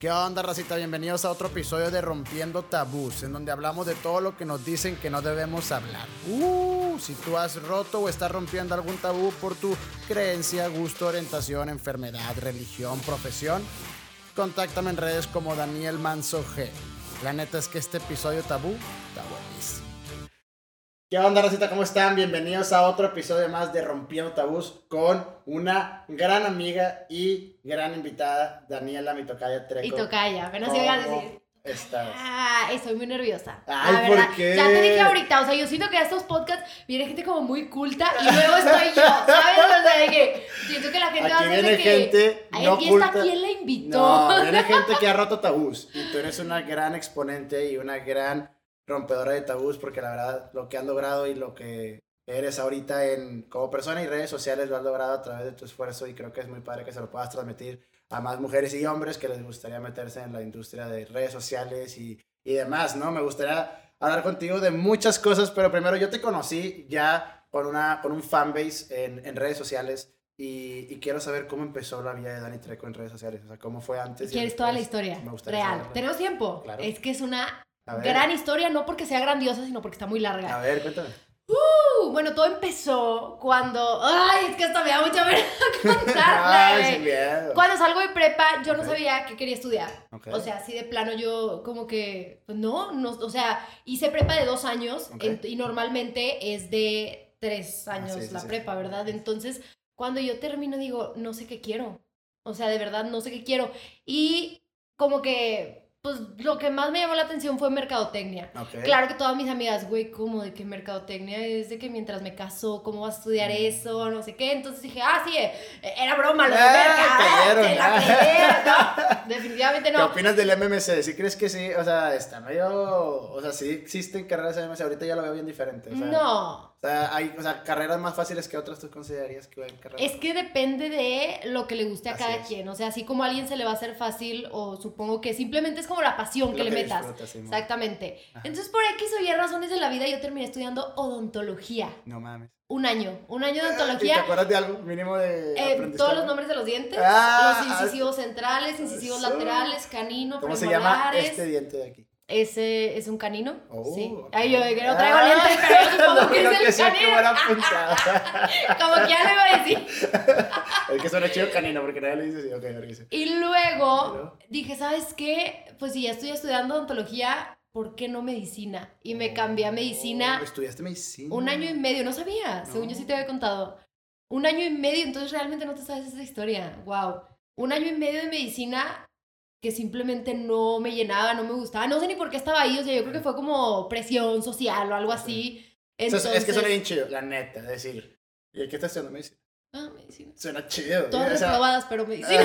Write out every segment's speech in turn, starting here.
¿Qué onda, racita? Bienvenidos a otro episodio de Rompiendo Tabús, en donde hablamos de todo lo que nos dicen que no debemos hablar. Si tú has roto o estás rompiendo algún tabú por tu creencia, gusto, orientación, enfermedad, religión, profesión, contáctame en redes como Daniel Manso G. La neta es que este episodio tabú está buenísimo. ¿Qué onda, racita? ¿Cómo están? Bienvenidos a otro episodio más de Rompiendo Tabús con una gran amiga y gran invitada, Daniela, mi tocaya Treco. Y tocaya, apenas iba a decir. ¿Estás? Estoy muy nerviosa. Ay, la verdad. ¿por qué? Ya te dije ahorita, o sea, yo siento que a estos podcasts viene gente como muy culta y luego estoy yo, ¿sabes? O sea, de que siento que la gente va a Aquí ser viene de que... gente Ay, no aquí culta. está quien la invitó. No, viene gente que ha roto tabús. Y tú eres una gran exponente y una gran rompedora de tabús, porque la verdad lo que has logrado y lo que eres ahorita como persona y redes sociales lo has logrado a través de tu esfuerzo, y creo que es muy padre que se lo puedas transmitir a más mujeres y hombres que les gustaría meterse en la industria de redes sociales y demás, ¿no? Me gustaría hablar contigo de muchas cosas, pero primero yo te conocí ya con un fanbase en redes sociales. Y quiero saber cómo empezó la vida de Dani Treco en redes sociales. O sea, cómo fue antes. ¿Quieres toda la historia? Me gustaría Real. saberla. ¿Tenemos tiempo? Claro. Es que es una gran historia, no porque sea grandiosa, sino porque está muy larga. A ver, cuéntame. Bueno, todo empezó cuando... Ay, es que hasta me da mucha pena contarla. Ay, sin miedo. Cuando salgo de prepa, yo no sabía qué quería estudiar. Okay. O sea, así de plano yo como que... Pues no, o sea, hice prepa de 2 años. Okay. Y normalmente es de 3 años la prepa, ¿verdad? Entonces, cuando yo termino digo, no sé qué quiero. O sea, de verdad, no sé qué quiero. Y como que... Pues lo que más me llamó la atención fue mercadotecnia. Okay. Claro que todas mis amigas, güey, ¿cómo de que mercadotecnia es de que mientras me caso, cómo vas a estudiar eso? No sé qué. Entonces dije, sí, era broma, lo de mercado. No, definitivamente no. ¿Qué opinas del MMC? ¿Sí crees que sí? O sea, está medio... O sea, sí existen carreras en MMC. Ahorita ya lo veo bien diferente. O sea, no. O sea, hay carreras más fáciles que otras. ¿Tú considerarías que hay carreras? Es que depende de lo que le guste a cada es. quien. O sea, así como a alguien se le va a hacer fácil, o supongo que simplemente es como la pasión que le metas. Sí, exactamente. Ajá. Entonces, por X o Y razones de la vida, yo terminé estudiando odontología. No mames. Un año de ¿Y odontología. te acuerdas de algo mínimo de aprendizaje? Todos los nombres de los dientes, los incisivos centrales, incisivos laterales, canino, ¿Cómo premolares. se llama este diente de aquí? Ese es un canino. Sí. Okay. Ay, yo que no traigo lentes, pero yo supongo que es el canino. Como que ya le iba a decir. Es que suena chido canino, porque nadie le dice así. Ok, dice. Y luego dije, ¿sabes qué? Pues si ya estoy estudiando odontología, ¿por qué no medicina? Y me cambié a medicina. ¿Estudiaste medicina? 1 año y medio, no sabía, según yo sí te había contado. 1 año y medio, entonces realmente no te sabes esa historia. Wow. 1 año y medio de medicina que simplemente no me llenaba, no me gustaba. No sé ni por qué estaba ahí, o sea, yo creo que fue como presión social o algo así. Entonces, es que suena bien chido, la neta, es decir. ¿Y qué estás estudiando medicina? Medicina. Suena chido. Todas reprobadas, pero medicina.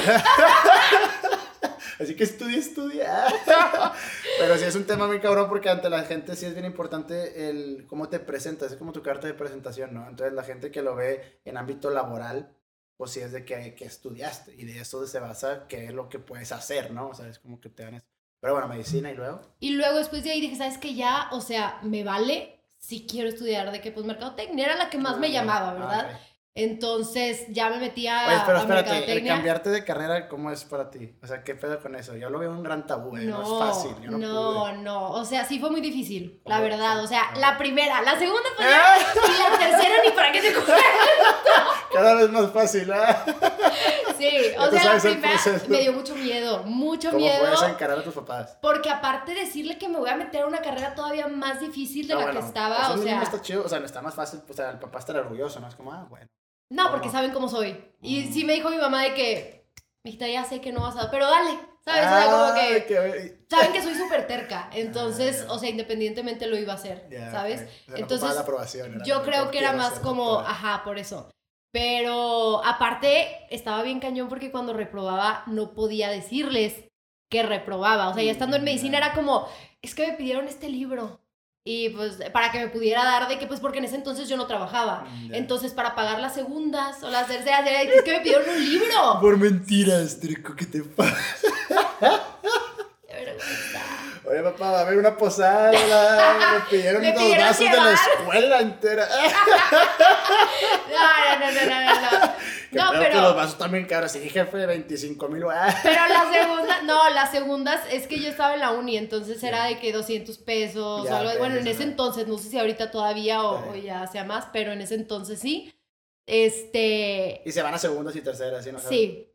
Así que estudia. Pero sí es un tema muy cabrón, porque ante la gente sí es bien importante el cómo te presentas, es como tu carta de presentación, ¿no? Entonces la gente que lo ve en ámbito laboral, pues sí es de que estudiaste, y de eso se basa qué es lo que puedes hacer, ¿no? O sea, es como que te dan eso. Pero bueno, medicina, y luego. Y luego después de ahí dije, ¿sabes qué? Ya, o sea, me vale si quiero estudiar de que pues mercadotecnia era la que más me llamaba, ¿verdad? Okay. Entonces ya me metí a Oye, pero espérate, mercadotecnia. el cambiarte de carrera, ¿cómo es para ti? O sea, ¿qué pedo con eso? Yo lo veo un gran tabú, no es fácil, yo no pude. No, o sea, sí fue muy difícil, la ¿Cómo? verdad, o sea, la primera, la segunda pues ya, y la tercera ni para qué te cuento. Cada vez más fácil, Sí, Ya o tú sea, la sabes el primera proceso. me dio mucho miedo, ¿Cómo puedes encarar a tus papás? porque aparte decirle que me voy a meter a una carrera todavía más difícil de la que estaba, eso o mismo sea... está chido, o sea, no está más fácil, o sea, el papá está orgulloso, ¿no? Es como, bueno. No, porque saben cómo soy. Y sí me dijo mi mamá de que, mijita, ya sé que no vas a... Pero dale, ¿sabes? O sea, como que... Saben que soy súper terca. Entonces, o sea, independientemente lo iba a hacer, ¿sabes? Okay. O sea, entonces, la aprobación, yo creo que era más como... por eso. Pero, aparte, estaba bien cañón porque cuando reprobaba no podía decirles que reprobaba. O sea, ya estando en medicina era como, es que me pidieron este libro. Y pues para que me pudiera dar de que, pues porque en ese entonces yo no trabajaba. Entonces para pagar las segundas o las terceras, es que me pidieron un libro. Por mentiras, Treco, ¿qué te pasa? Qué vergüenza. Oye, papá, va a haber una posada. Me pidieron Me los pidieron vasos de la escuela entera. No, Creo pero... que los vasos también caros. Sí, jefe, 25,000. Pero la segunda... No, No, las segundas es que yo estaba en la uni, entonces era de que 200 pesos Ya, o algo. ok, Bueno, en ya ese sé. entonces, no sé si ahorita todavía o ya sea más, pero en ese entonces sí. Y se van a segundas y terceras, ¿sí? ¿No sabes? sí.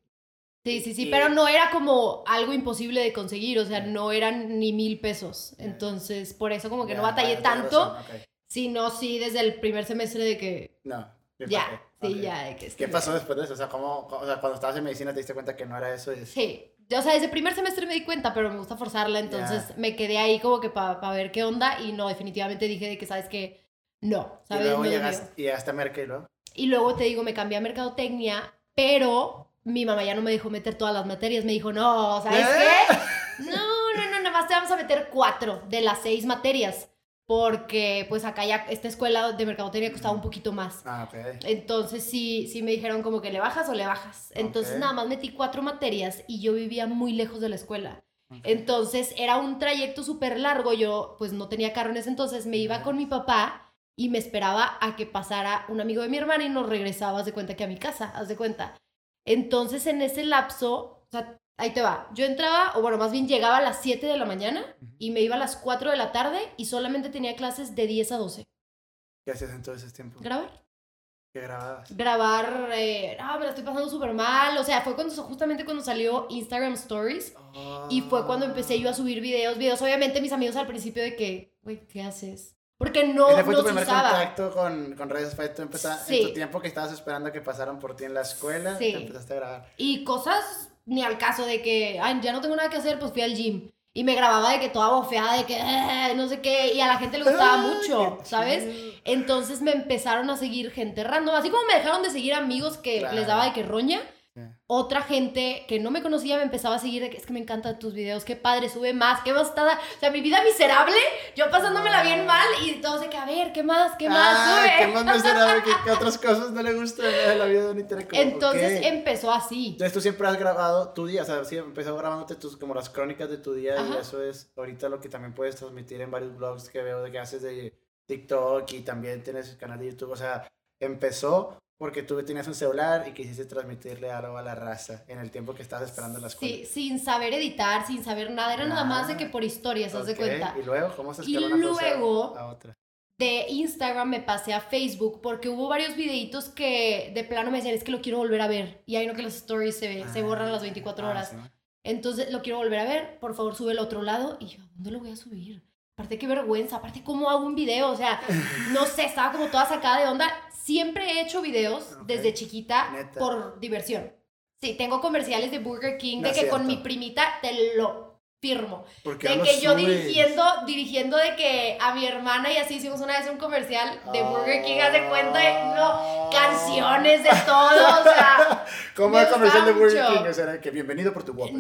Sí, pero no era como algo imposible de conseguir, o sea, no eran ni 1,000 pesos. Entonces, por eso como que no batallé tanto, sino sí desde el primer semestre de que... No. Ya, sí, ya. De que ¿Qué pasó después de eso? O sea, cuando estabas en medicina te diste cuenta que no era eso. Sí, o sea, desde el primer semestre me di cuenta, pero me gusta forzarla, entonces me quedé ahí como que para ver qué onda y no, definitivamente dije de que, ¿sabes qué? No, ¿sabes? Y luego no llegaste a Merca y luego. Y luego te digo, me cambié a mercadotecnia, pero mi mamá ya no me dejó meter todas las materias, me dijo, no, ¿sabes qué? No, nada más te vamos a meter 4 de las 6 materias. Porque pues acá ya esta escuela de mercadotecnia costaba un poquito más. Ah, ok. Entonces sí me dijeron como que le bajas o le bajas. Entonces nada más metí 4 materias y yo vivía muy lejos de la escuela. Entonces era un trayecto súper largo. Yo pues no tenía carro en ese entonces. Me iba con mi papá y me esperaba a que pasara un amigo de mi hermana y nos regresaba, haz de cuenta que a mi casa, haz de cuenta. Entonces en ese lapso, o sea, ahí te va. Yo entraba, o bueno, más bien llegaba a las 7 de la mañana y me iba a las 4 de la tarde y solamente tenía clases de 10 a 12. ¿Qué hacías en todo ese tiempo? ¿Grabar? ¿Qué grababas? Grabar, me la estoy pasando súper mal. O sea, fue justamente cuando salió Instagram Stories y fue cuando empecé yo a subir videos. Obviamente mis amigos al principio de que, güey, ¿qué haces? Porque no ¿Ese fue tu se primer usaba. contacto con redes? ¿Fue en tu tiempo que estabas esperando a que pasaran por ti en la escuela? Sí. Te empezaste a grabar. Y cosas ni al caso de que, ay, ya no tengo nada que hacer, pues fui al gym. Y me grababa de que toda bofeada, de que no sé qué, y a la gente le gustaba mucho, ¿sabes? Entonces me empezaron a seguir gente random, así como me dejaron de seguir amigos que les daba de que roña. Otra gente que no me conocía me empezaba a seguir de que es que me encantan tus videos, qué padre, sube más, qué más está, o sea, mi vida miserable, yo pasándomela bien mal y todos de que a ver, qué más, sube. Qué más miserable, que otras cosas no le gustan de la vida de un interés. Entonces empezó así. Entonces tú siempre has grabado tu día, o sea, sí, empezó grabándote como las crónicas de tu día. Ajá. Y eso es ahorita lo que también puedes transmitir en varios blogs que veo de que haces de TikTok y también tienes el canal de YouTube, o sea, empezó porque tú tenías un celular y quisiste transmitirle algo a la raza en el tiempo que estabas esperando la escuela. Sí, sin saber editar, sin saber nada, era nada más de que por historias, haz de cuenta. ¿Y luego cómo se escaló una cosa a otra? De Instagram me pasé a Facebook porque hubo varios videitos que de plano me decían, es que lo quiero volver a ver. Y hay uno que las stories se borran a las 24 horas. Sí. Entonces, lo quiero volver a ver, por favor sube al otro lado. Y yo, ¿dónde lo voy a subir? Aparte, qué vergüenza, aparte, ¿cómo hago un video? O sea, no sé, estaba como toda sacada de onda. Siempre he hecho videos desde chiquita. ¿Neta? Por diversión. Sí, tengo comerciales de Burger King, no de que cierto. Con mi primita te lo firmo. De que yo dirigiendo de que a mi hermana y así hicimos una vez un comercial de Burger King, haz de cuenta, canciones de todo, o sea. ¿Cómo el comercial de Burger King? O sea, que bienvenido por tu Whopper.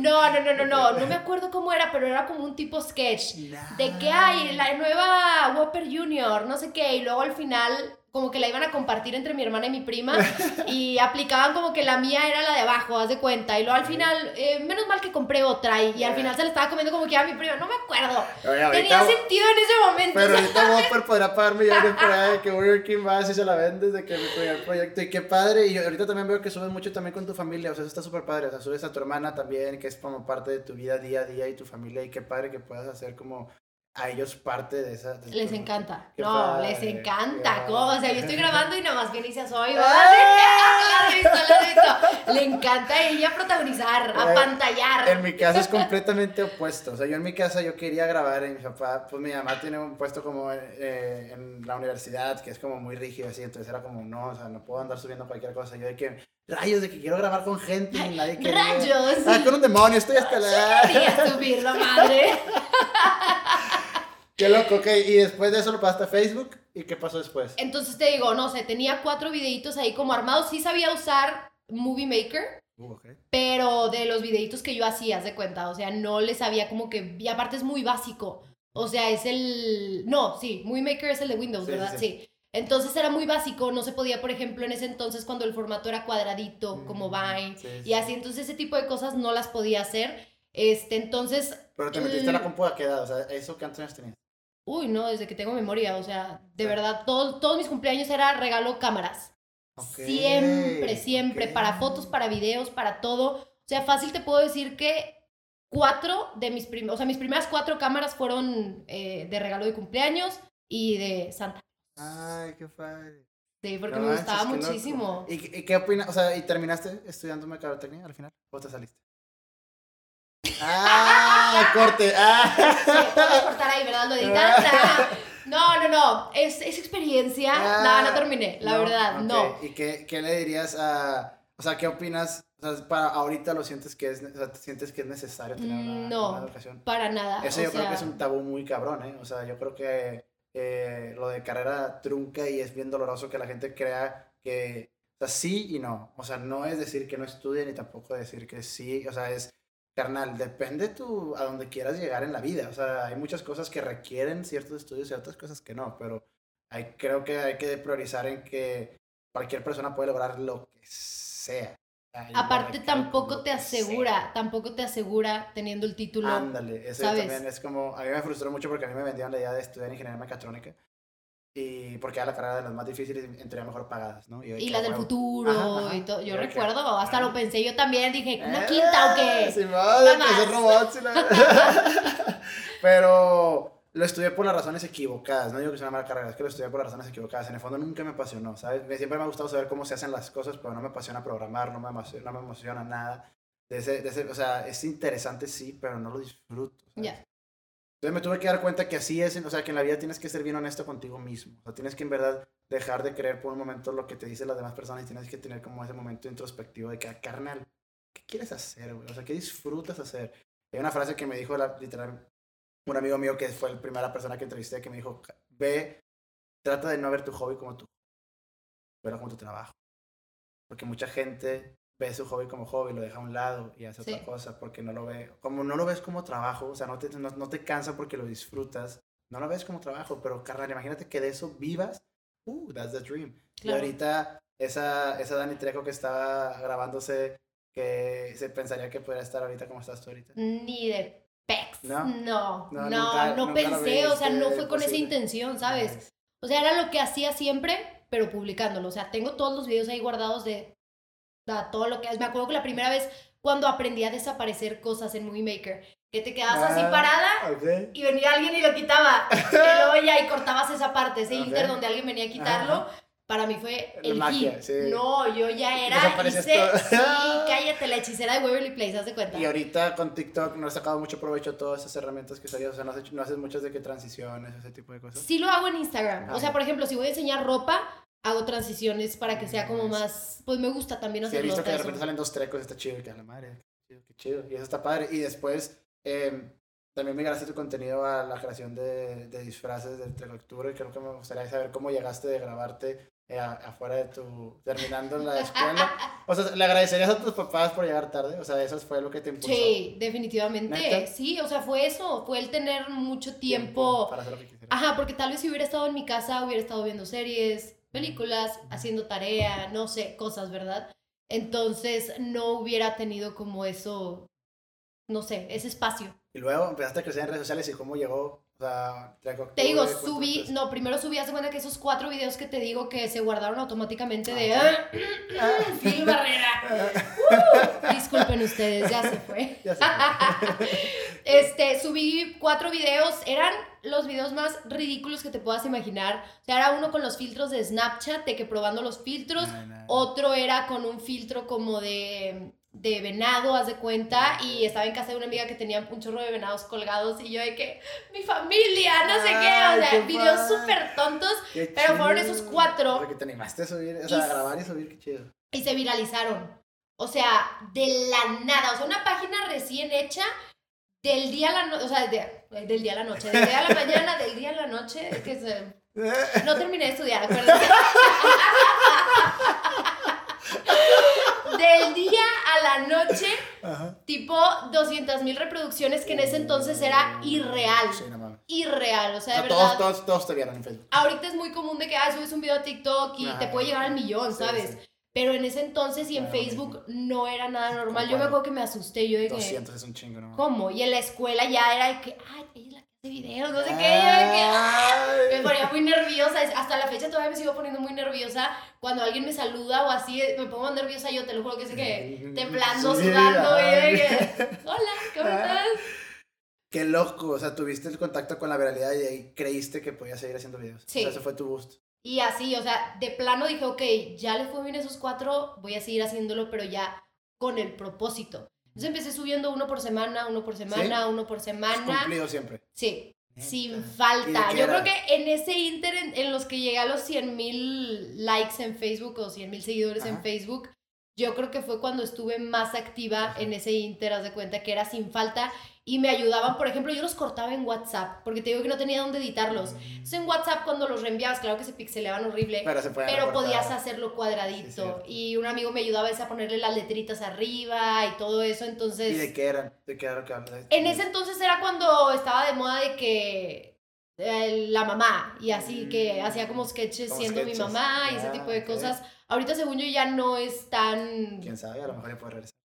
No me acuerdo cómo era, pero era como un tipo sketch. De que hay la nueva Whopper Junior, no sé qué, y luego al final como que la iban a compartir entre mi hermana y mi prima y aplicaban como que la mía era la de abajo, haz de cuenta, y luego al final, menos mal que compré otra y al final se la estaba comiendo como que a mi prima, no me acuerdo. Tenía sentido en ese momento. Pero ahorita Whopper podrá pagar millones por ahí, que Burger King va así se la vendes, de que mi primer proyecto, y qué padre, y ahorita también veo que subes mucho también con tu familia, o sea, eso está súper padre, o sea, subes a tu hermana también, que es como parte de tu vida día a día y tu familia, y qué padre que puedas hacer como a ellos parte de esa. Les encanta. Les encanta. ¿Cómo? O sea, yo estoy grabando y nada más bien y se soy. Le encanta a ella protagonizar, apantallar. En mi caso es completamente opuesto. O sea, yo en mi casa yo quería grabar y mi papá, pues mi mamá tiene un puesto como en la universidad que es como muy rígido así, entonces era como, no, o sea, no puedo andar subiendo cualquier cosa. Yo de que, rayos, de que quiero grabar con gente y nadie quiere. ¡Rayos! Con un demonio, estoy hasta la... Quería subirlo, madre. Qué loco, ok. Y después de eso lo pasaste a Facebook. ¿Y qué pasó después? Entonces te digo, no sé, tenía 4 videitos ahí como armados. Sí sabía usar Movie Maker. Okay. Pero de los videitos que yo hacía, haz de cuenta. O sea, no le sabía como que... Y aparte es muy básico. O sea, es el... No, sí, Movie Maker es el de Windows, sí, ¿verdad? Sí. Entonces era muy básico. No se podía, por ejemplo, en ese entonces cuando el formato era cuadradito, como Vine. Y así. Entonces ese tipo de cosas no las podía hacer. Entonces... Pero te metiste a la compu a qué edad. O sea, ¿eso qué años tenías? Uy, no, desde que tengo memoria, o sea, de verdad, todos mis cumpleaños era regalo cámaras. Siempre, para fotos, para videos, para todo. O sea, fácil te puedo decir que mis primeras 4 cámaras fueron de regalo de cumpleaños y de Santa. Ay, qué padre. Sí, porque me gustaba muchísimo. ¿Y qué opinas? O sea, ¿y terminaste estudiando mercadotecnia al final? ¿O te saliste? ¡Ah! ¡Corte! Sí, puedes cortar ahí, ¿verdad? Lo editas. No. Es experiencia. No terminé, la verdad, okay. no. ¿Y qué le dirías a... O sea, ¿qué opinas? O sea, para ahorita lo sientes que es... O sea, ¿sientes que es necesario tener una educación? No, para nada. Eso yo creo que es un tabú muy cabrón, ¿eh? O sea, yo creo que lo de carrera trunca y es bien doloroso que la gente crea que... O sea, sí y no. O sea, no es decir que no estudie ni tampoco decir que sí. O sea, es... Carnal, depende tú a donde quieras llegar en la vida. O sea, hay muchas cosas que requieren ciertos estudios y otras cosas que no, pero creo que hay que priorizar en que cualquier persona puede lograr lo que sea. Aparte, tampoco te asegura teniendo el título. Ándale, eso también es como, a mí me frustró mucho porque a mí me vendían la idea de estudiar ingeniería mecatrónica. Y porque era la carrera de las más difíciles y en teoría mejor pagadas, ¿no? Y la del futuro y todo. Yo recuerdo, hasta lo pensé yo también, dije, ¿una quinta o qué? Sí, madre, que son robots. Pero lo estudié por las razones equivocadas, no digo que sea una mala carrera, es que lo estudié por las razones equivocadas. En el fondo nunca me apasionó, ¿sabes? Siempre me ha gustado saber cómo se hacen las cosas, pero no me apasiona programar, no me emociona nada. O sea, es interesante sí, pero no lo disfruto. Ya. Entonces me tuve que dar cuenta que así es, o sea, que en la vida tienes que ser bien honesto contigo mismo. O sea, tienes que en verdad dejar de creer por un momento lo que te dicen las demás personas y tienes que tener como ese momento introspectivo de que, carnal, ¿qué quieres hacer, güey? O sea, ¿qué disfrutas hacer? Hay una frase que me dijo literal un amigo mío que fue la primera persona que entrevisté que me dijo, trata de no ver tu hobby como tu verlo como tu trabajo. Porque mucha gente ve su hobby como hobby, lo deja a un lado y hace otra cosa porque no lo ve, como no lo ves como trabajo, o sea, no te cansa porque lo disfrutas, no lo ves como trabajo, pero carnal, imagínate que de eso vivas, that's the dream. Claro. Y ahorita esa Dani Trejo que estaba grabándose, que se pensaría que podría estar ahorita como estás tú ahorita. Ni de pex. No nunca pensé, o sea, no fue con esa intención, ¿sabes? Nice. O sea, era lo que hacía siempre, pero publicándolo, o sea, tengo todos los videos ahí guardados de todo lo que es. Me acuerdo que la primera vez cuando aprendí a desaparecer cosas en Movie Maker, que te quedabas así parada y venía alguien y lo quitaba y luego ya y cortabas esa parte, ese inter donde alguien venía a quitarlo. Para mí fue el magia, hit. Sí. No, yo ya era cállate, la hechicera de Waverly Place, haz de cuenta. Y ahorita con TikTok no he sacado mucho provecho de todas esas herramientas que sabías, o sea, no haces muchas de que transiciones, ese tipo de cosas. Sí lo hago en Instagram. O sea, por ejemplo, si voy a enseñar ropa, hago transiciones para que sea como más, pues me gusta también hacerlo. Sí, he visto que de repente salen 2 trecos, está chido, que a la madre, qué chido, y eso está padre. Y después también migraste tu contenido a la creación de disfraces del 3 de octubre, y creo que me gustaría saber cómo llegaste de grabarte afuera de terminando la escuela. O sea, ¿le agradecerías a tus papás por llegar tarde? O sea, eso fue lo que te impulsó. Sí, definitivamente. ¿Neta? Sí, o sea, fue eso, fue el tener mucho tiempo para hacer lo que quisieras. Ajá, porque tal vez si hubiera estado en mi casa, hubiera estado viendo series, películas, haciendo tarea, no sé, cosas, ¿verdad? Entonces no hubiera tenido como eso, no sé, ese espacio. Y luego empezaste a crecer en redes sociales y cómo llegó, o sea, te digo, primero subí, haz de cuenta que esos 4 videos que te digo que se guardaron automáticamente de Phil Barrera. Disculpen ustedes, ya se fue. Subí 4 videos, eran los videos más ridículos que te puedas imaginar. O sea, era uno con los filtros de Snapchat, de que probando los filtros. Otro era con un filtro como de venado, haz de cuenta, y estaba en casa de una amiga que tenía un chorro de venados colgados y yo de que, mi familia, no sé qué, o sea, videos súper tontos, pero fueron esos 4. Porque te animaste a subir, o sea, a grabar y subir, qué chido. Y se viralizaron, o sea, de la nada, o sea, una página recién hecha, del día a la noche, o sea, del día a la noche, del día a la mañana, del día a la noche, no terminé de estudiar, acuérdense. Del día a la noche, tipo 200,000 reproducciones, que en ese entonces era irreal. Sí, no, irreal, o sea, de verdad. Todos te vieron en Facebook. Ahorita es muy común de que subes un video a TikTok y te puede llegar al millón, ¿sabes? Sí. Pero en ese entonces y en Facebook no era nada normal. Yo me acuerdo que me asusté. Yo de que 200 es un chingo, ¿no? ¿cómo? Y en la escuela ya era de que, ay, ella es la que hace videos, no sé qué. Ella de que, ay, me ponía muy nerviosa. Hasta la fecha todavía me sigo poniendo muy nerviosa. Cuando alguien me saluda o así, me pongo más nerviosa yo, te lo juro que sé que temblando, sudando. Y de que, hola, ¿cómo estás? Qué loco, o sea, tuviste el contacto con la realidad y ahí creíste que podías seguir haciendo videos. Sí. O sea, ese fue tu boost. Y así, o sea, de plano dije, ok, ya le fue bien esos 4, voy a seguir haciéndolo, pero ya con el propósito. Entonces empecé subiendo uno por semana, ¿Sí? uno por semana. ¿Has cumplido siempre? Sí, Neta. sin falta. Yo era? creo que en ese inter en los que llegué a los 100,000 likes en Facebook o 100,000 seguidores en Facebook, yo creo que fue cuando estuve más activa en ese inter, haz de cuenta que era sin falta. Y me ayudaban, por ejemplo, yo los cortaba en WhatsApp, porque te digo que no tenía dónde editarlos. Entonces en WhatsApp cuando los reenviabas, claro que se pixeleaban horrible, pero podías hacerlo cuadradito. Sí, y un amigo me ayudaba a ponerle las letritas arriba y todo eso, entonces... ¿Y de qué eran? ¿De qué era lo que hablas? En ese entonces era cuando estaba de moda de que la mamá, y así que hacía como sketches como siendo mi mamá y ese tipo de cosas. Ahorita según yo ya no es tan... ¿Quién sabe? A lo mejor ya puede regresar.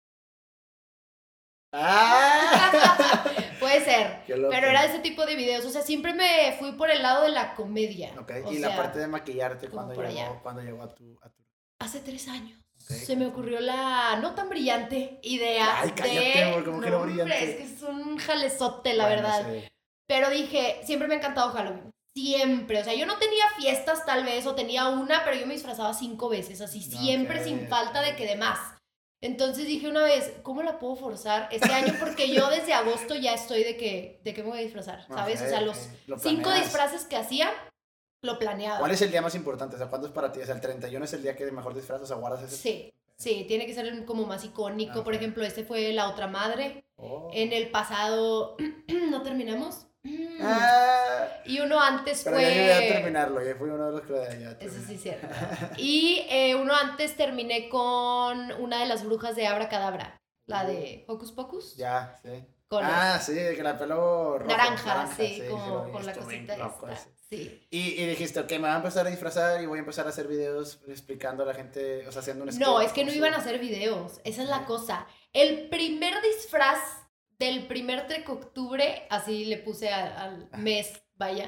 Puede ser, pero era ese tipo de videos, o sea, siempre me fui por el lado de la comedia. Y la parte de maquillarte cuando llegó a tu... Hace 3 años. Se me ocurrió la no tan brillante idea. Ay, cállate, ¿cómo que no brillante? Es que es un jalezote, la verdad. Sí. Pero dije, siempre me ha encantado Halloween. Siempre, o sea, yo no tenía fiestas tal vez, o tenía una, pero yo me disfrazaba 5 veces, así, siempre sin falta de que de más. Entonces dije una vez, ¿cómo la puedo forzar este año? Porque yo desde agosto ya estoy de que me voy a disfrazar, ¿sabes? O sea, los 5 disfraces que hacía, lo planeaba. ¿Cuál es el día más importante? O sea, ¿cuándo es para ti? O sea, el 31 es el día que mejor disfrazas, o sea, guardas ese... Sí, tiene que ser como más icónico. Por ejemplo, este fue La Otra Madre. En el pasado, ¿no terminamos? Y uno antes pero fue... Pero ya llegué a terminarlo, ya fui uno de los que ya eso sí es cierto. Y uno antes terminé con una de las brujas de Abracadabra, la de Hocus Pocus. Ya, sí. Con sí, que la pelo rojo. Naranja, sí, como con la cosita esta. Sí. Y dijiste, ok, me voy a empezar a disfrazar y voy a empezar a hacer videos explicando a la gente, o sea, haciendo un sketch. No, es que no iban a hacer videos, esa es la cosa. El primer disfraz del primer 3 de octubre, así le puse al mes, vaya,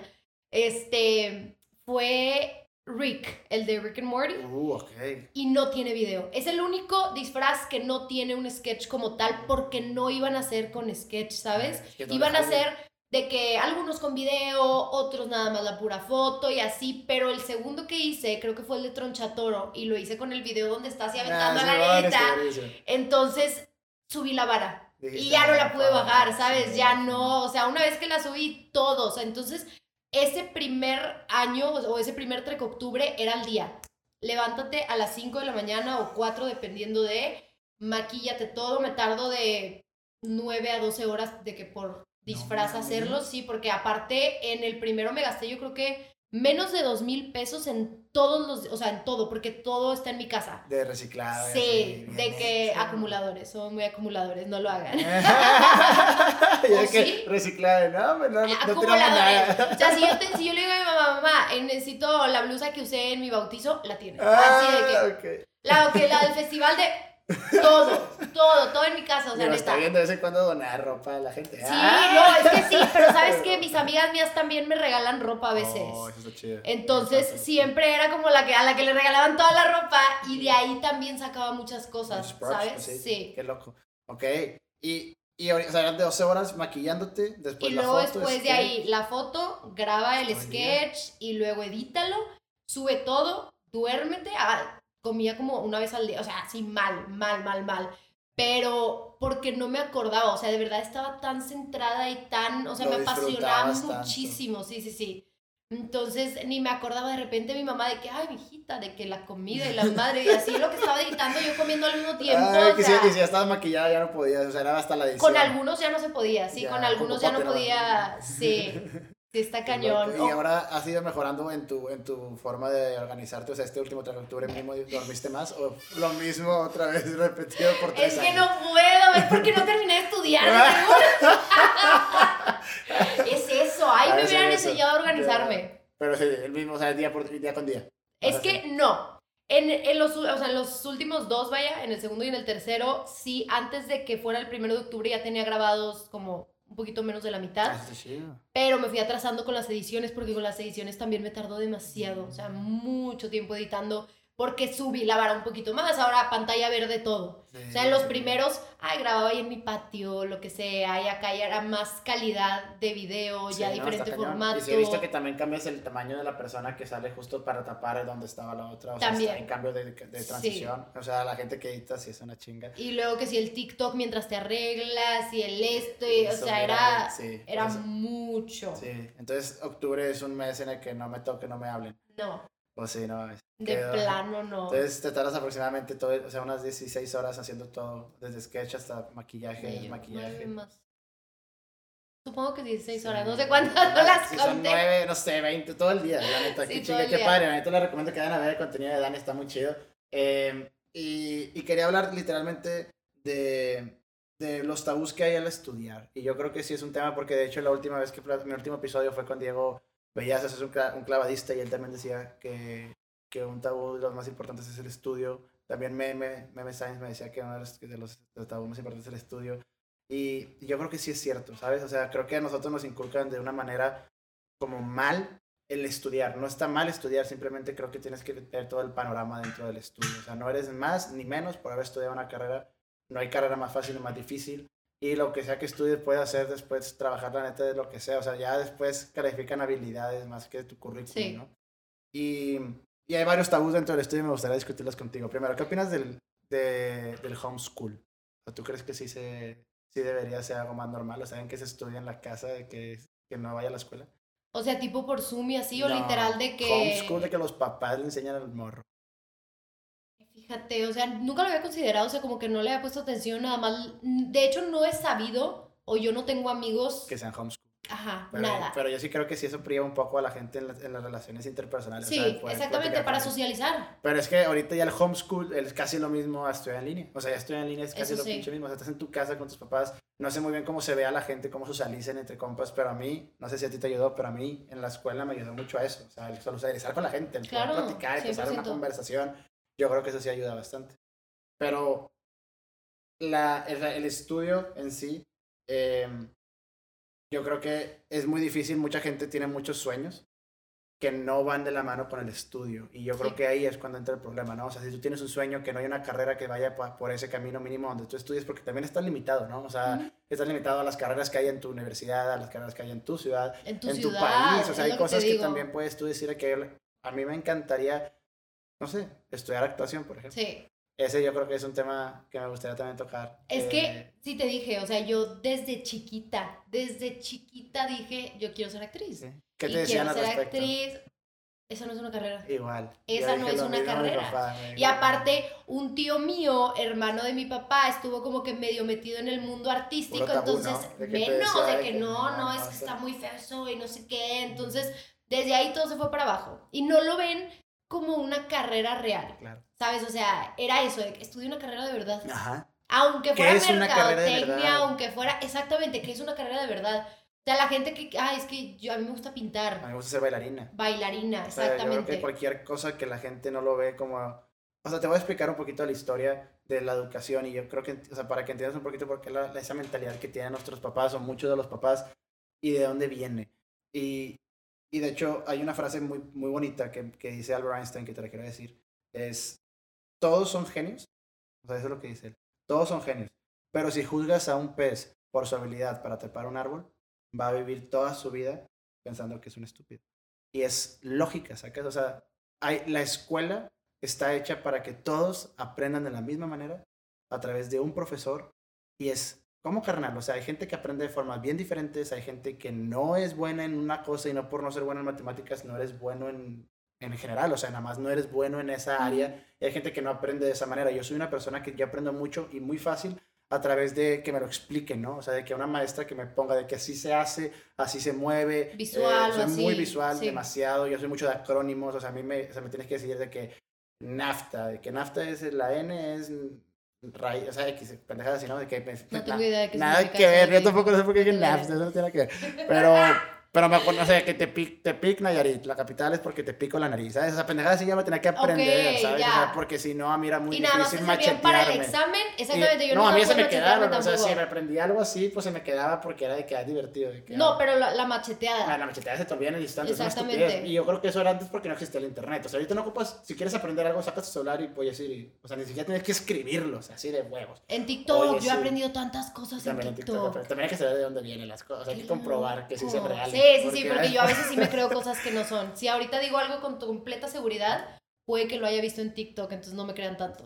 fue Rick, el de Rick and Morty. Okay. Y no tiene video. Es el único disfraz que no tiene un sketch como tal, porque no iban a hacer con sketch, ¿sabes? Iban a hacer de que algunos con video, otros nada más la pura foto y así, pero el segundo que hice, creo que fue el de Tronchatoro, y lo hice con el video donde está así aventando a la neta. Entonces subí la vara. Y ya no la pude bajar, ¿sabes? Ya no, o sea, una vez que la subí, todos. Entonces, ese primer año, o ese primer 3 de octubre, era el día. Levántate a las 5 de la mañana o 4, dependiendo de, maquíllate todo. Me tardo de 9 a 12 horas de que por disfraz hacerlo, sí, porque aparte, en el primero me gasté, yo creo que menos de 2,000 pesos en todos los, o sea, en todo, porque todo está en mi casa. De reciclado. Sí, de que acumuladores, son muy acumuladores, no lo hagan. ¿O sí? Reciclado, no acumuladores. O sea, si yo le digo a mi mamá, necesito la blusa que usé en mi bautizo, la tiene. Así de que, la del festival de... Todo en mi casa, o sea, neta. Está viendo de vez en cuando donar ropa a la gente. Sí, no, es que sí, pero ¿sabes qué? Mis amigas mías también me regalan ropa a veces. Eso está chido. Entonces, siempre era como a la que le regalaban toda la ropa, y de ahí también sacaba muchas cosas, ¿sabes? Sí. Qué loco. Ok, y o sea, eran de 12 horas maquillándote, después y la luego foto. Después de ahí, la foto, graba el sketch, y luego edítalo, sube todo, duérmete, comía como una vez al día, o sea, así mal, pero porque no me acordaba, o sea, de verdad estaba tan centrada y tan, o sea, me apasionaba muchísimo, tanto. Sí. Entonces, ni me acordaba de repente mi mamá de que, ay, mijita, de que la comida y la madre, y así lo que estaba editando, yo comiendo al mismo tiempo. O sea, y si ya estabas maquillada ya no podías, o sea, era hasta la edición. Con algunos ya no se podía, sí, con algunos ya no podía, sí. Sí, está cañón. Y ahora has ido mejorando en tu forma de organizarte, o sea, este último 3 de octubre mismo dormiste más, o lo mismo otra vez repetido por 3 años. Es que no puedo, es porque no terminé de estudiar, es eso, ahí me hubieran enseñado a organizarme. Pero sí, el mismo, o sea, día con día. Es que no, En los últimos 2, vaya, en el segundo y en el tercero, sí, antes de que fuera el 1 de octubre ya tenía grabados como un poquito menos de la mitad. Pero me fui atrasando con las ediciones porque con las ediciones también me tardó demasiado, o sea, mucho tiempo editando porque subí la vara un poquito más, ahora pantalla verde todo. Sí, o sea, en los primeros, grababa ahí en mi patio, lo que sea, y acá ya era más calidad de video, sí, ya diferente formato. Y sí he visto que también cambias el tamaño de la persona que sale justo para tapar donde estaba la otra, o también. Sea, está en cambio de transición, sí. O sea, la gente que edita sí es una chinga. Y luego que si el TikTok mientras te arreglas, y el o sea, era mucho. Sí, entonces octubre es un mes en el que no me toque, no me hablen. No. O sí, no. De plano, no. Entonces te tardas aproximadamente todo, o sea, unas 16 horas haciendo todo, desde sketch hasta maquillaje, maquillaje. Más. Supongo que 16 horas, no sé cuántas, no las si conté. Son 9, no sé, 20, todo el día, la neta, sí, qué padre, la neta les recomiendo que vayan a ver el contenido de Dani, está muy chido. Y quería hablar literalmente de los tabús que hay al estudiar, y yo creo que sí es un tema, porque de hecho la última vez mi último episodio fue con Diego Bellazas, es un clavadista, y él también decía que un tabú de los más importantes es el estudio. También Meme Science me decía que uno de los tabús más importantes es el estudio. Y yo creo que sí es cierto, ¿sabes? O sea, creo que a nosotros nos inculcan de una manera como mal el estudiar. No está mal estudiar, simplemente creo que tienes que tener todo el panorama dentro del estudio. O sea, no eres más ni menos por haber estudiado una carrera. No hay carrera más fácil ni más difícil. Y lo que sea que estudies puede hacer después trabajar la neta de lo que sea. O sea, ya después califican habilidades más que tu currículum, sí. ¿No? Y hay varios tabús dentro del estudio y me gustaría discutirlos contigo. Primero, ¿qué opinas del homeschool? O sea, ¿tú crees que sí debería ser algo más normal? O sea, ¿en que se estudia en la casa, de que no vaya a la escuela? O sea, tipo por Zoom y así, no, o literal de que... Homeschool, de que los papás le enseñan al morro. Fíjate, o sea, nunca lo había considerado, o sea, como que no le había puesto atención, nada más. De hecho, no he sabido, o yo no tengo amigos... que sean homeschool. Ajá, pero, nada. Pero yo sí creo que sí eso priva un poco a la gente en las relaciones interpersonales. Sí, o sea, exactamente, para socializar. Pero es que ahorita ya el homeschool es casi lo mismo a estudiar en línea. O sea, ya estudiar en línea es casi lo pinche mismo. O sea, estás en tu casa con tus papás. No sé muy bien cómo se ve a la gente, cómo socialicen entre compas, pero a mí, no sé si a ti te ayudó, pero a mí en la escuela me ayudó mucho a eso. O sea, el socializar con la gente, el poder platicar, empezar una conversación. Yo creo que eso sí ayuda bastante. Pero el estudio en sí... yo creo que es muy difícil, mucha gente tiene muchos sueños que no van de la mano con el estudio, y yo creo que ahí es cuando entra el problema, ¿no? O sea, si tú tienes un sueño, que no hay una carrera que vaya por ese camino mínimo donde tú estudies, porque también estás limitado, ¿no? O sea, estás limitado a las carreras que hay en tu universidad, a las carreras que hay en tu ciudad, en tu país, o sea, hay cosas que también puedes tú decir que a mí me encantaría, no sé, estudiar actuación, por ejemplo. Sí. Ese yo creo que es un tema que me gustaría también tocar. Es que, sí te dije, o sea, yo desde chiquita dije, yo quiero ser actriz. ¿Sí? ¿Qué te decían al respecto? Quiero ser actriz. Esa no es una carrera. Igual. Esa no es una carrera. Papá, y aparte, un tío mío, hermano de mi papá, estuvo como que medio metido en el mundo artístico. Tabú, entonces, ¿no? De que no, es que está muy feo eso y no sé qué. Entonces, desde ahí todo se fue para abajo. Y no lo ven como una carrera real. Claro. ¿Sabes? O sea, era eso, de que estudié una carrera de verdad. Ajá. Aunque fuera mercadotecnia, aunque fuera, exactamente, que es una carrera de verdad. O sea, la gente que, es que a mí me gusta pintar. A mí me gusta ser bailarina. Bailarina, exactamente. O sea, yo creo que cualquier cosa que la gente no lo ve como... O sea, te voy a explicar un poquito la historia de la educación, y yo creo que, o sea, para que entiendas un poquito por qué esa mentalidad que tienen nuestros papás, o muchos de los papás, y de dónde viene. Y de hecho, hay una frase muy, muy bonita que dice Albert Einstein, que te la quiero decir. Es, todos son genios. O sea, eso es lo que dice él. Todos son genios. Pero si juzgas a un pez por su habilidad para trepar un árbol, va a vivir toda su vida pensando que es un estúpido. Y es lógica, ¿sacas? O sea, la escuela está hecha para que todos aprendan de la misma manera a través de un profesor, y es como carnal. O sea, hay gente que aprende de formas bien diferentes, hay gente que no es buena en una cosa, y no por no ser buena en matemáticas no eres bueno en general, o sea, nada más no eres bueno en esa área, y hay gente que no aprende de esa manera. Yo soy una persona que yo aprendo mucho y muy fácil a través de que me lo expliquen, ¿no? O sea, de que una maestra que me ponga de que así se hace, así se mueve. Visual, soy así, muy visual, sí. Demasiado. Yo soy mucho de acrónimos, o sea, me tienes que decir de que NAFTA, de que NAFTA es la N, es o sea, X, pendejadas así, ¿no? De que no tengo idea de qué nada que ver, yo tampoco sé por qué dije NAFTA, eso no tiene nada que ver. Pero me acuerdo, o sea, que Tepic, Nayarit, la capital es porque te pico la nariz, ¿sabes? Esa pendejada sí ya me tenía que aprender, ¿sabes? O sea, porque si no, a mí era muy difícil machetearme. Para el examen, exactamente, yo no, a mí se me quedaron, o sea, si me aprendí algo así, pues se me quedaba porque era de que era divertido. No, pero la macheteada. La macheteada se te olvida en el instante, exactamente. Y yo creo que eso era antes porque no existía el internet, o sea, ahorita no ocupas, si quieres aprender algo, sacas tu celular y puedes ir, o sea, ni siquiera tienes que escribirlo, o sea, así de huevos. En TikTok, yo he aprendido tantas cosas en TikTok. Pero también hay que saber de dónde vienen las cosas, hay que comprobar que sí se reales. Sí, porque yo a veces sí me creo cosas que no son. Si ahorita digo algo con completa seguridad, puede que lo haya visto en TikTok, entonces no me crean tanto.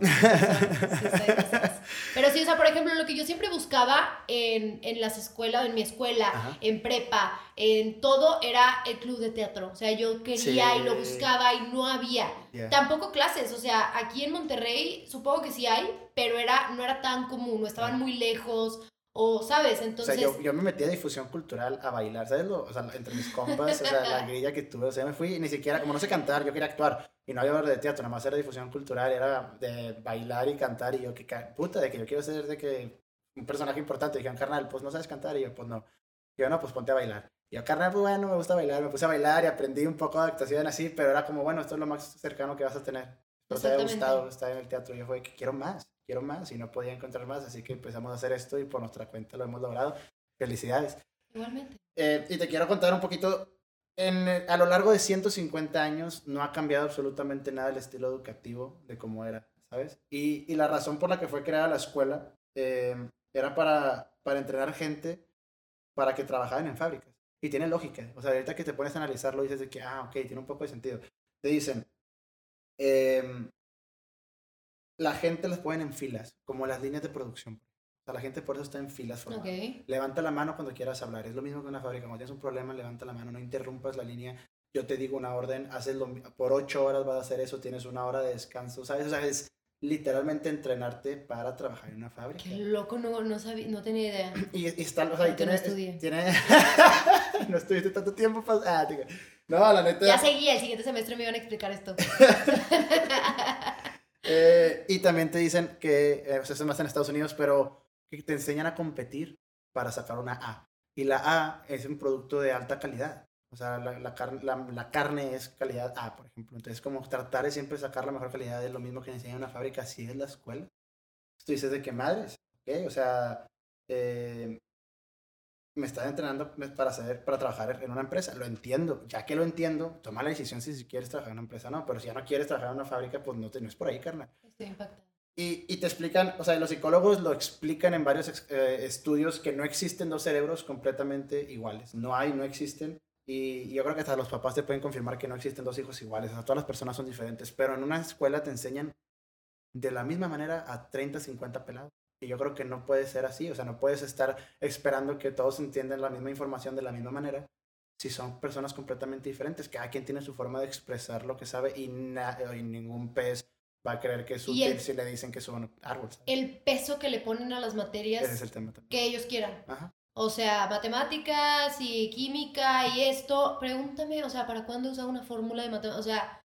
Pero sí, o sea, por ejemplo, lo que yo siempre buscaba en las escuelas, en mi escuela, ajá, en prepa, en todo, era el club de teatro. O sea, yo quería y lo buscaba y no había. Tampoco clases, o sea, aquí en Monterrey supongo que sí hay, pero no era tan común, o estaban muy lejos. O, ¿sabes? Entonces... O sea, yo me metí a difusión cultural a bailar, ¿sabes? O sea, entre mis compas, o sea, la grilla que tuve, o sea, me fui y ni siquiera, como no sé cantar, yo quería actuar. Y no había hablar de teatro, nada más era difusión cultural, era de bailar y cantar. Y yo, que puta, de que yo quiero ser de que un personaje importante. Y dijeron, carnal, pues no sabes cantar. Y yo, pues no. Y yo, no, pues ponte a bailar. Y yo, carnal, pues bueno, me gusta bailar. Me puse a bailar y aprendí un poco de actuación así, pero era como, bueno, esto es lo más cercano que vas a tener. Pero te había gustado estar en el teatro. Y yo fue que quiero más y no podía encontrar más, así que empezamos a hacer esto y por nuestra cuenta lo hemos logrado. Felicidades. Igualmente. Y te quiero contar un poquito, a lo largo de 150 años no ha cambiado absolutamente nada el estilo educativo de cómo era, ¿sabes? Y la razón por la que fue creada la escuela era para entrenar gente para que trabajaran en fábricas. Y tiene lógica, o sea, ahorita que te pones a analizarlo dices de que, ok, tiene un poco de sentido. Te dicen, la gente las ponen en filas, como las líneas de producción. O sea, la gente por eso está en filas formadas. Okay. Levanta la mano cuando quieras hablar. Es lo mismo que una fábrica. Cuando tienes un problema, levanta la mano. No interrumpas la línea. Yo te digo una orden, por 8 horas vas a hacer eso, tienes una hora de descanso, ¿sabes? O sea, es literalmente entrenarte para trabajar en una fábrica. Qué loco, no sabía, no tenía idea. Y está, o sea, y tiene... No estuviste tanto tiempo para... no, la neta... Ya seguía, el siguiente semestre me iban a explicar esto. Y también te dicen que, eso es más en Estados Unidos, pero que te enseñan a competir para sacar una A. Y la A es un producto de alta calidad. O sea, la carne es calidad A, por ejemplo. Entonces, como tratar de siempre sacar la mejor calidad es lo mismo que enseñan en una fábrica, así es la escuela. Tú dices de qué madres, ¿ok? O sea, me estás entrenando para trabajar en una empresa. Lo entiendo. Ya que lo entiendo, toma la decisión si quieres trabajar en una empresa o no. Pero si ya no quieres trabajar en una fábrica, pues no es por ahí, carnal. Estoy impactada. Y te explican, o sea, los psicólogos lo explican en varios estudios que no existen dos cerebros completamente iguales. No existen. Y yo creo que hasta los papás te pueden confirmar que no existen dos hijos iguales. O sea, todas las personas son diferentes. Pero en una escuela te enseñan de la misma manera a 30, 50 pelados. Y yo creo que no puede ser así, o sea, no puedes estar esperando que todos entiendan la misma información de la misma manera si son personas completamente diferentes. Cada quien tiene su forma de expresar lo que sabe y ningún pez va a creer que es útil si le dicen que son árboles. El peso que le ponen a las materias ese es el tema también. Que ellos quieran. Ajá. O sea, matemáticas y química y esto. Pregúntame, o sea, ¿para cuándo usar una fórmula de matemáticas? O sea...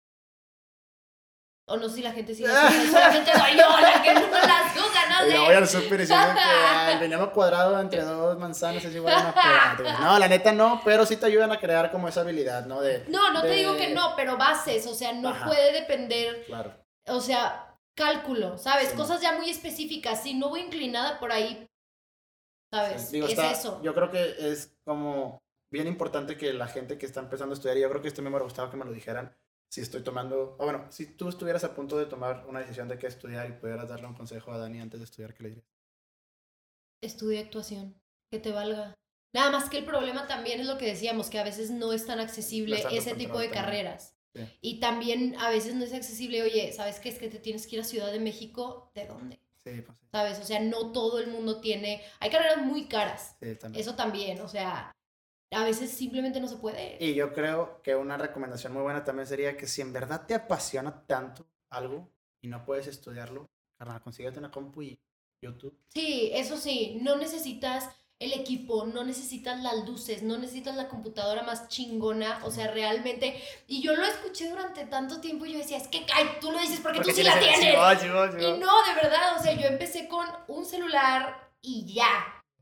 O no sé si la gente sigue solamente soy yo la que no las usa, no sé. Yo voy al súper diciendo que el binomio cuadrado entre dos manzanas es igual a una matemática. No, la neta no, pero sí te ayudan a crear como esa habilidad, ¿no? No te digo que no, pero bases, o sea, no puede depender. Claro. O sea, cálculo, ¿sabes? Sí. Cosas ya muy específicas. Si no voy inclinada por ahí, ¿sabes? Sí. Digo, eso. Yo creo que es como bien importante que la gente que está empezando a estudiar, y yo creo que esto me hubiera gustado que me lo dijeran, si estoy tomando, o bueno, si tú estuvieras a punto de tomar una decisión de qué estudiar y pudieras darle un consejo a Dani antes de estudiar, ¿qué le dirías? Estudia actuación, que te valga. Nada más que el problema también es lo que decíamos, que a veces no es tan accesible ese tipo de carreras. Sí. Y también a veces no es accesible, oye, ¿sabes qué? Es que te tienes que ir a Ciudad de México, ¿de dónde? Sí, pues sí. ¿Sabes? O sea, no todo el mundo tiene, hay carreras muy caras. Sí, también. Eso también, o sea... A veces simplemente no se puede. Y yo creo que una recomendación muy buena también sería que si en verdad te apasiona tanto algo y no puedes estudiarlo, carnal, consíguete una compu y YouTube. Sí, eso sí, no necesitas el equipo, no necesitas las luces, no necesitas la computadora más chingona, o sea, realmente, y yo lo escuché durante tanto tiempo y yo decía, es que tú lo dices porque tú sí la tienes. Sí. Y no, de verdad, o sea, yo empecé con un celular y ya.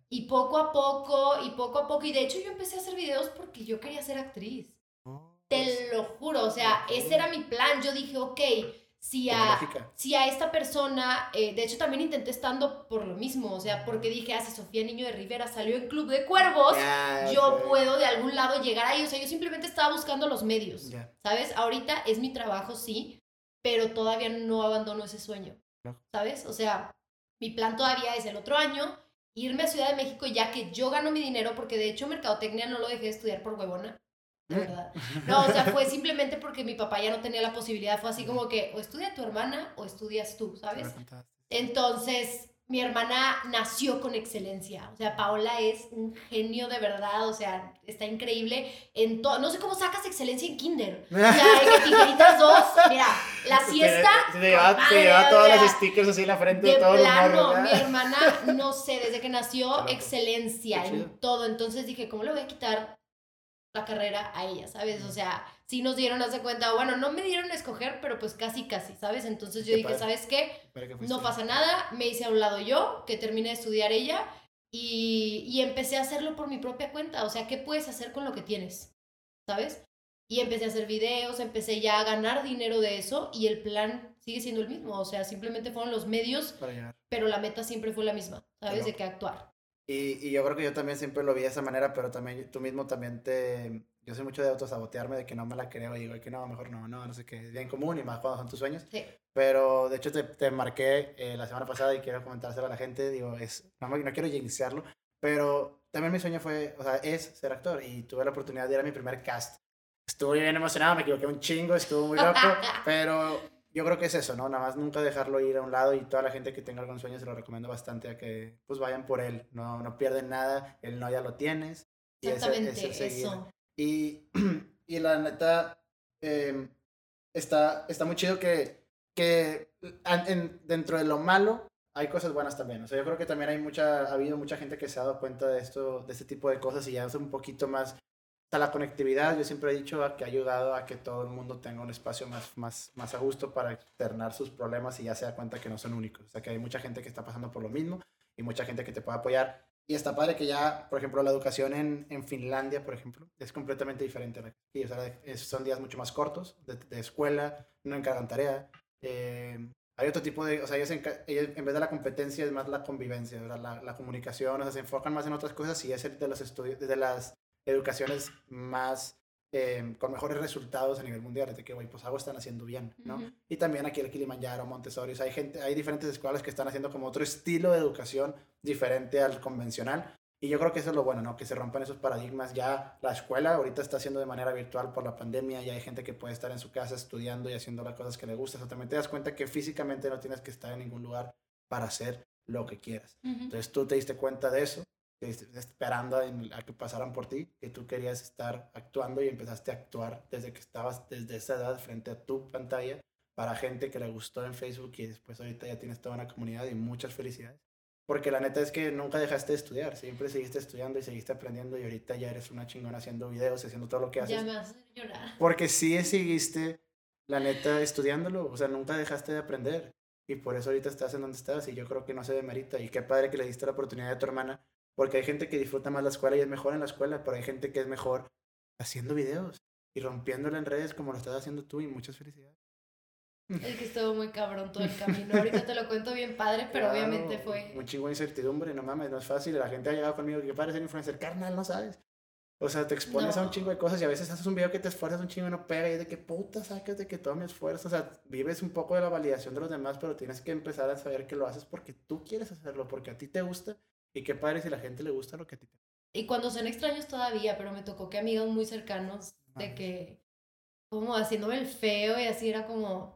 Y poco a poco, y de hecho yo empecé a hacer videos porque yo quería ser actriz. Te lo juro, o sea, ese era mi plan. Yo dije, ok, si a esta persona, de hecho también intenté estando por lo mismo, o sea, porque dije, si Sofía Niño de Rivera salió en Club de Cuervos, yo puedo de algún lado llegar ahí. O sea, yo simplemente estaba buscando los medios, ¿sabes? Ahorita es mi trabajo, sí, pero todavía no abandono ese sueño, ¿sabes? O sea, mi plan todavía es el otro año irme a Ciudad de México, ya que yo gano mi dinero, porque de hecho mercadotecnia no lo dejé de estudiar por huevona. De verdad. No, o sea, fue simplemente porque mi papá ya no tenía la posibilidad. Fue así como que o estudia tu hermana o estudias tú, ¿sabes? Entonces, mi hermana nació con excelencia. O sea, Paola es un genio de verdad. O sea, está increíble en todo. No sé cómo sacas excelencia en kinder. O sea, que tijeritas 2. Mira, la siesta. Se lleva todos los stickers así en la frente de todo plano, mi hermana, no sé, desde que nació, excelencia en todo. Entonces dije, ¿cómo le voy a quitar la carrera a ella, ¿sabes? O sea, sí nos dieron, haz de cuenta, bueno, no me dieron a escoger, pero pues casi, ¿sabes? Entonces yo dije, ¿sabes qué? No pasa nada, me hice a un lado yo, que terminé de estudiar ella, y empecé a hacerlo por mi propia cuenta. O sea, ¿qué puedes hacer con lo que tienes? ¿Sabes? Y empecé a hacer videos, empecé ya a ganar dinero de eso, y el plan sigue siendo el mismo. O sea, simplemente fueron los medios, pero la meta siempre fue la misma, ¿sabes? De que actuar. Y yo creo que yo también siempre lo vi de esa manera, pero también tú mismo también yo soy mucho de autosabotearme, de que no me la creo y digo que no, mejor no sé qué, es bien común y más cuando son tus sueños. Sí. Pero de hecho te marqué la semana pasada y quiero comentárselo a la gente, digo, no quiero iniciarlo, pero también mi sueño fue, o sea, es ser actor y tuve la oportunidad de ir a mi primer cast. Estuve bien emocionado, me equivoqué un chingo, estuvo muy loco, pero yo creo que es eso, ¿no? Nada más nunca dejarlo ir a un lado y toda la gente que tenga algún sueño se lo recomiendo bastante a que pues vayan por él, no pierden nada, el no ya lo tienes. Exactamente, y es el seguir. eso. Y la neta, está muy chido que dentro de lo malo hay cosas buenas también. O sea, yo creo que también ha habido mucha gente que se ha dado cuenta de esto, de este tipo de cosas y ya es un poquito más la conectividad. Yo siempre he dicho que ha ayudado a que todo el mundo tenga un espacio más a gusto para externar sus problemas y ya se da cuenta que no son únicos. O sea, que hay mucha gente que está pasando por lo mismo y mucha gente que te puede apoyar. Y está padre que ya, por ejemplo, la educación en Finlandia, por ejemplo, es completamente diferente a la que aquí. O sea, son días mucho más cortos de escuela, no encargan tarea. Hay otro tipo de, o sea, ellos en vez de la competencia es más la convivencia, la comunicación, o sea, se enfocan más en otras cosas y es el de los estudios, de las educaciones más con mejores resultados a nivel mundial, de que, güey, pues algo están haciendo bien, ¿no? Y también aquí el Kilimanjaro, Montessori, o sea, hay diferentes escuelas que están haciendo como otro estilo de educación diferente al convencional. Y yo creo que eso es lo bueno, ¿no? Que se rompan esos paradigmas. Ya la escuela ahorita está haciendo de manera virtual por la pandemia, ya hay gente que puede estar en su casa estudiando y haciendo las cosas que le gustan. O sea, también te das cuenta que físicamente no tienes que estar en ningún lugar para hacer lo que quieras. Entonces tú te diste cuenta de eso, esperando a que pasaran por ti, que tú querías estar actuando y empezaste a actuar desde que estabas desde esa edad frente a tu pantalla para gente que le gustó en Facebook y después ahorita ya tienes toda una comunidad y muchas felicidades. Porque la neta es que nunca dejaste de estudiar, siempre seguiste estudiando y seguiste aprendiendo y ahorita ya eres una chingona haciendo videos, haciendo todo lo que haces. Ya me vas a hacer llorar. Porque sí seguiste, la neta, estudiándolo, o sea, nunca dejaste de aprender. Y por eso ahorita estás en donde estás y yo creo que no se demerita. Y qué padre que le diste la oportunidad a tu hermana, porque hay gente que disfruta más la escuela y es mejor en la escuela, pero hay gente que es mejor haciendo videos y rompiéndola en redes como lo estás haciendo tú y muchas felicidades. Es que estuvo muy cabrón todo el camino. Ahorita te lo cuento bien padre, pero claro, obviamente fue... Un chingo de incertidumbre, no mames, no es fácil. La gente ha llegado conmigo que para ser influencer, carnal, no sabes. O sea, te expones a un chingo de cosas y a veces haces un video que te esfuerzas un chingo y no pega y es de que puta sacas de que todo mi esfuerzo. O sea, vives un poco de la validación de los demás, pero tienes que empezar a saber que lo haces porque tú quieres hacerlo, porque a ti te gusta y qué padre si a la gente le gusta lo que a ti te gusta. Y cuando son extraños todavía, pero me tocó que amigos muy cercanos de que como haciéndome el feo y así era como...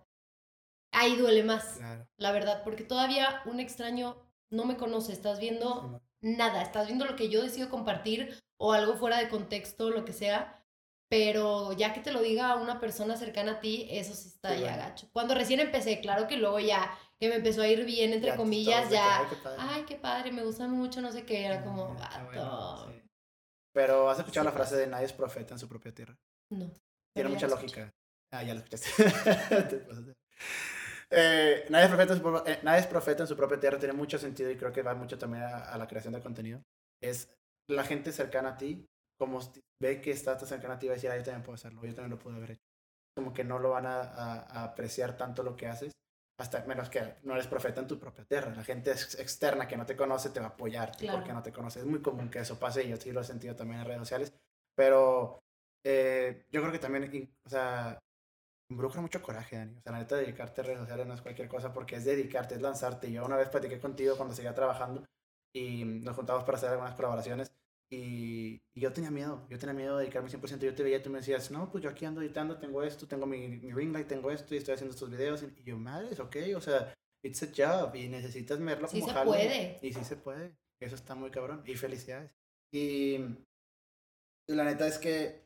Ahí duele más, claro, la verdad, porque todavía un extraño no me conoce, estás viendo nada, estás viendo lo que yo decido compartir o algo fuera de contexto, lo que sea, pero ya que te lo diga una persona cercana a ti, eso sí está ya gacho. Cuando recién empecé, claro que luego ya que me empezó a ir bien, entre comillas, ya, ay, qué padre, me gusta mucho, no sé qué, era como, vato. Bueno, sí. Pero ¿has escuchado la frase de nadie es profeta en su propia tierra? No. Tiene mucha lógica. Ah, ya lo escuchaste. Nadie es profeta en su propia tierra, tiene mucho sentido y creo que va mucho también a la creación de contenido. es la gente cercana a ti, como ve que está tan cercana a ti, va a decir, yo también puedo hacerlo, yo también lo puedo haber hecho. Como que no lo van a apreciar tanto lo que haces, hasta menos que no eres profeta en tu propia tierra. La gente externa que no te conoce te va a apoyar porque no te conoce. Es muy común que eso pase y yo sí lo he sentido también en redes sociales, pero yo creo que también, o sea, involucra mucho coraje, Dani. O sea, la neta, dedicarte a redes sociales no es cualquier cosa porque es dedicarte, es lanzarte. Yo una vez platiqué contigo cuando seguía trabajando y nos juntamos para hacer algunas colaboraciones y yo tenía miedo de dedicarme 100%. Yo te veía y tú me decías, no, pues yo aquí ando editando, tengo esto, tengo mi ring light, tengo esto y estoy haciendo estos videos. Y yo, madre, es ok, o sea, it's a job y necesitas verlo como sí jale. Puede. Y sí se puede. Eso está muy cabrón. Y felicidades. Y la neta es que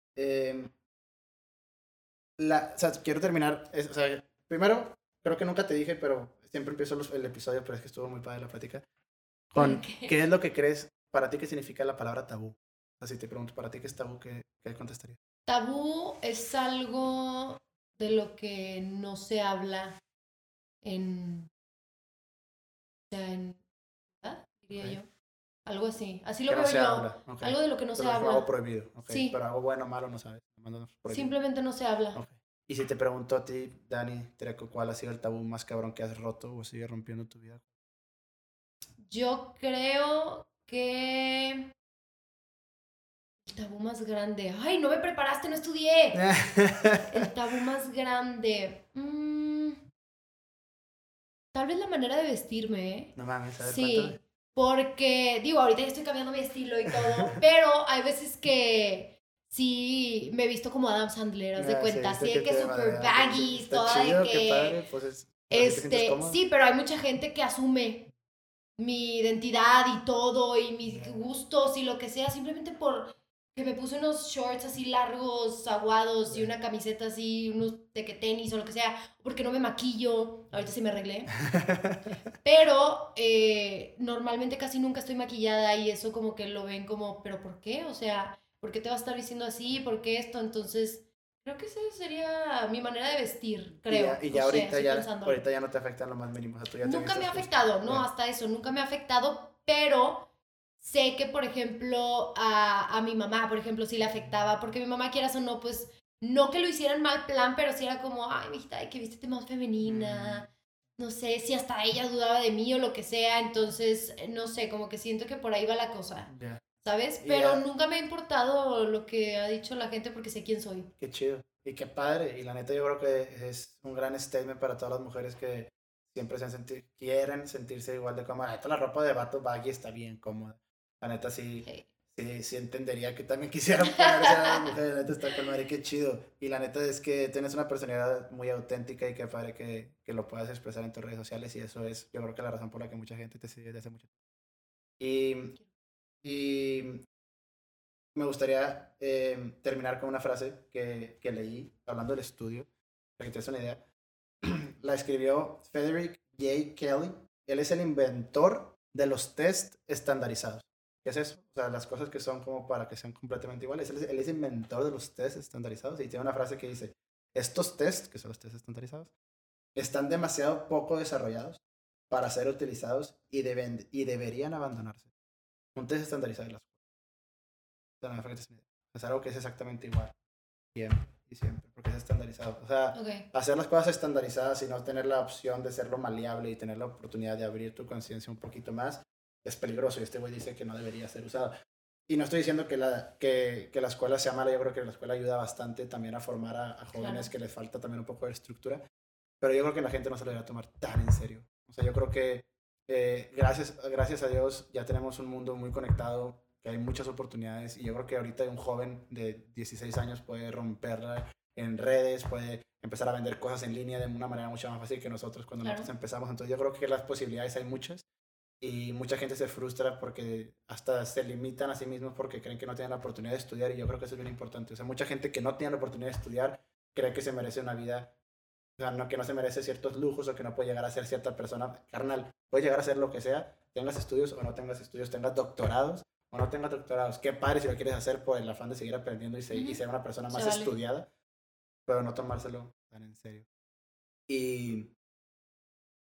o sea, quiero terminar, o sea, primero, creo que nunca te dije, pero siempre empiezo el episodio, pero es que estuvo muy padre la plática, con ¿qué es lo que crees para ti que significa la palabra tabú? O sea, si te pregunto, para ti qué es tabú, ¿qué contestaría? Tabú es algo de lo que no se habla en, o sea, ¿verdad? Diría yo. Algo así. Así lo que veo no se yo. habla. Okay. Algo de lo que no se es habla. Algo prohibido. Okay. Sí. Pero algo bueno o malo no sabes. Simplemente no se habla. Okay. Y si te pregunto a ti, Dani, ¿cuál ha sido el tabú más cabrón que has roto o sigue rompiendo tu vida? Yo creo que el tabú más grande. Ay, no me preparaste, no estudié. El tabú más grande. Tal vez la manera de vestirme, ¿eh? No mames, a ver, sí. Cuéntame. Porque, digo, ahorita ya estoy cambiando mi estilo y todo, pero hay veces que sí me he visto como Adam Sandler, haz de cuenta, así de que super baggy, toda chido, de que... qué padre, pues sí, pero hay mucha gente que asume mi identidad y todo y mis gustos y lo que sea simplemente por que me puse unos shorts así largos, aguados y una camiseta así, unos tenis o lo que sea, porque no me maquillo, ahorita sí me arreglé, pero normalmente casi nunca estoy maquillada y eso como que lo ven como, pero ¿por qué? O sea, ¿por qué te vas a estar diciendo así? ¿Por qué esto? Entonces... Creo que esa sería mi manera de vestir, creo. Y ya, ahorita ya no te afecta en lo más mínimo. O sea, tú ya nunca me ha afectado, no, hasta eso, nunca me ha afectado, pero sé que, por ejemplo, a mi mamá, por ejemplo, sí le afectaba, porque mi mamá, quieras o no, pues, no que lo hiciera en mal plan, pero sí era como, ay, mijita, hay que vístete más femenina. No sé si hasta ella dudaba de mí o lo que sea, entonces, no sé, como que siento que por ahí va la cosa. Yeah. ¿Sabes? Pero nunca me ha importado lo que ha dicho la gente porque sé quién soy. Qué chido. Y qué padre. Y la neta yo creo que es un gran statement para todas las mujeres que siempre quieren sentirse igual de cómoda. La neta la ropa de vato baggy está bien cómoda. La neta sí, sí entendería que también quisieran ponerse a las mujeres. La neta está con madre, qué chido. Y la neta es que tienes una personalidad muy auténtica y qué padre que lo puedas expresar en tus redes sociales. Y eso es, yo creo que la razón por la que mucha gente te sigue desde hace mucho tiempo. Y me gustaría terminar con una frase que leí hablando del estudio, para que te des una idea. La escribió Frederick J. Kelly. Él es el inventor de los test estandarizados. ¿Qué es eso? O sea, las cosas que son como para que sean completamente iguales. Él es inventor de los test estandarizados y tiene una frase que dice, estos tests, que son los test estandarizados, están demasiado poco desarrollados para ser utilizados y deberían abandonarse. Un test estandarizado de las es algo que es exactamente igual siempre y siempre porque es estandarizado, o sea, hacer las cosas estandarizadas y no tener la opción de serlo maleable y tener la oportunidad de abrir tu conciencia un poquito más es peligroso y este güey dice que no debería ser usado y no estoy diciendo que la escuela sea mala, yo creo que la escuela ayuda bastante también a formar a jóvenes que les falta también un poco de estructura, pero yo creo que la gente no se lo debe tomar tan en serio, o sea, yo creo que gracias a Dios ya tenemos un mundo muy conectado, que hay muchas oportunidades y yo creo que ahorita un joven de 16 años puede romperla en redes, puede empezar a vender cosas en línea de una manera mucho más fácil que nosotros cuando nosotros empezamos. Entonces yo creo que las posibilidades hay muchas y mucha gente se frustra porque hasta se limitan a sí mismos porque creen que no tienen la oportunidad de estudiar y yo creo que eso es bien importante. O sea, mucha gente que no tiene la oportunidad de estudiar cree que se merece una vida, o sea, que no se merece ciertos lujos o que no puede llegar a ser cierta persona. Carnal, puede llegar a ser lo que sea, tengas estudios o no tengas estudios, tengas doctorados o no tengas doctorados. Qué padre si lo quieres hacer por el afán de seguir aprendiendo y ser una persona más estudiada, pero no tomárselo tan en serio. Y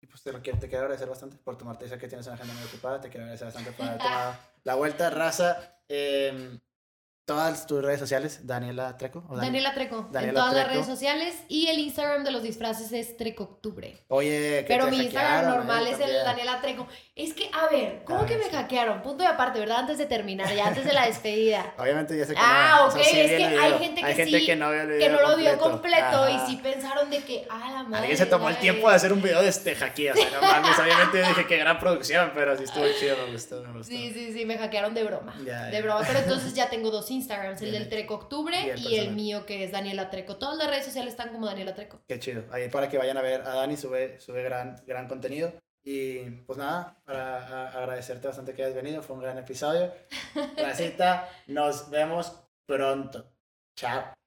Y pues te quiero agradecer bastante por tomarte esa que tienes una agenda muy ocupada. Te quiero agradecer bastante por haber tomado la vuelta, raza. Todas tus redes sociales, Daniela Treco. Daniela Treco. En todas las redes sociales. Y el Instagram de los disfraces es Trecoctubre. Oye, pero mi Instagram normal es el Daniela Treco. Es que, a ver, ¿cómo que me hackearon? Punto de aparte, ¿verdad? Antes de terminar, ya antes de la despedida. Obviamente ya sé que no. Ok, o sea, sí es que hay gente que no lo vio completo y sí pensaron de que, la madre. Alguien se tomó el tiempo de hacer un video de este hackeo, o sea, no mames, obviamente dije que gran producción, pero sí estuvo chido, me gustó. Sí, me hackearon de broma. De broma, pero entonces ya tengo 2 Instagrams, el del Trecoctubre y el mío que es Daniela Treco. Todas las redes sociales están como Daniela Treco. Qué chido. Ahí para que vayan a ver a Dani, sube gran contenido. Y pues nada, para agradecerte bastante que hayas venido, fue un gran episodio. Racita, nos vemos pronto. Chao.